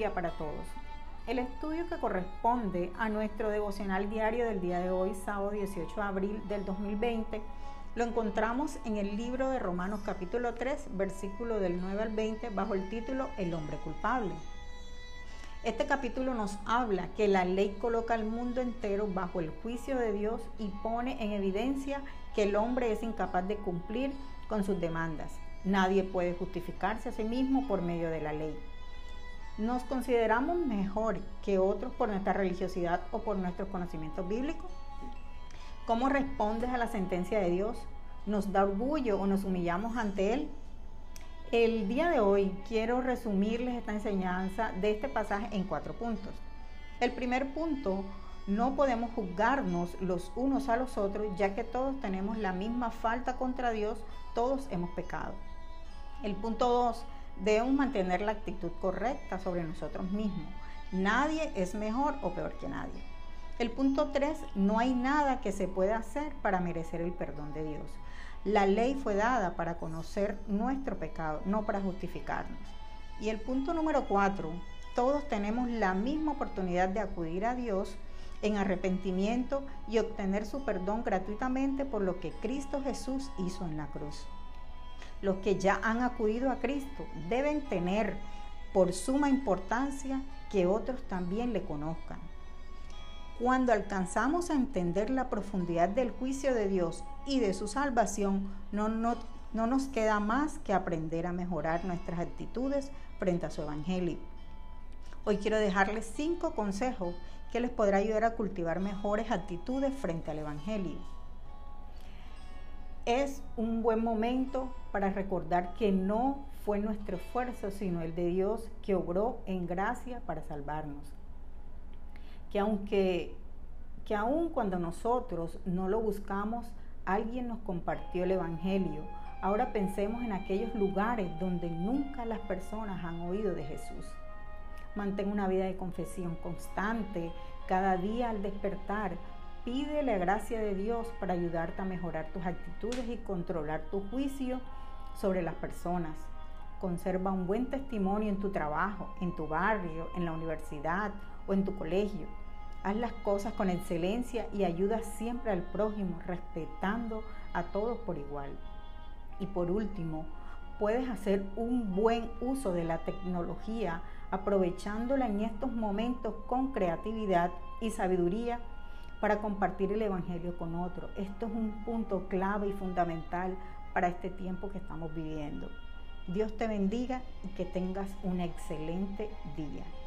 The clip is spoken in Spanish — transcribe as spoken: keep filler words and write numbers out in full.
día para todos. El estudio que corresponde a nuestro devocional diario del día de hoy, sábado dieciocho de abril del dos mil veinte, lo encontramos en el libro de Romanos capítulo tres, versículo del nueve al veinte, bajo el título El hombre culpable. Este capítulo nos habla que la ley coloca al mundo entero bajo el juicio de Dios y pone en evidencia que el hombre es incapaz de cumplir con sus demandas. Nadie puede justificarse a sí mismo por medio de la ley. ¿Nos consideramos mejor que otros por nuestra religiosidad o por nuestros conocimientos bíblicos? ¿Cómo respondes a la sentencia de Dios? ¿Nos da orgullo o nos humillamos ante Él? El día de hoy quiero resumirles esta enseñanza de este pasaje en cuatro puntos. El primer punto: no podemos juzgarnos los unos a los otros, ya que todos tenemos la misma falta contra Dios, todos hemos pecado. El punto dos: debemos mantener la actitud correcta sobre nosotros mismos. Nadie es mejor o peor que nadie. El punto tres: no hay nada que se pueda hacer para merecer el perdón de Dios. La ley fue dada para conocer nuestro pecado, no para justificarnos. Y el punto número cuatro: todos tenemos la misma oportunidad de acudir a Dios en arrepentimiento y obtener su perdón gratuitamente por lo que Cristo Jesús hizo en la cruz. Los que ya han acudido a Cristo deben tener por suma importancia que otros también le conozcan. Cuando alcanzamos a entender la profundidad del juicio de Dios y de su salvación, no, no, no nos queda más que aprender a mejorar nuestras actitudes frente a su evangelio. Hoy quiero dejarles cinco consejos que les podrá ayudar a cultivar mejores actitudes frente al evangelio. Es un buen momento para recordar que no fue nuestro esfuerzo, sino el de Dios que obró en gracia para salvarnos. Que aunque, que aun cuando nosotros no lo buscamos, alguien nos compartió el evangelio. Ahora pensemos en aquellos lugares donde nunca las personas han oído de Jesús. Mantén una vida de confesión constante. Cada día al despertar, pide la gracia de Dios para ayudarte a mejorar tus actitudes y controlar tu juicio sobre las personas. Conserva un buen testimonio en tu trabajo, en tu barrio, en la universidad o en tu colegio. Haz las cosas con excelencia y ayuda siempre al prójimo, respetando a todos por igual. Y por último, puedes hacer un buen uso de la tecnología, aprovechándola en estos momentos con creatividad y sabiduría para compartir el evangelio con otros. Esto es un punto clave y fundamental para este tiempo que estamos viviendo. Dios te bendiga y que tengas un excelente día.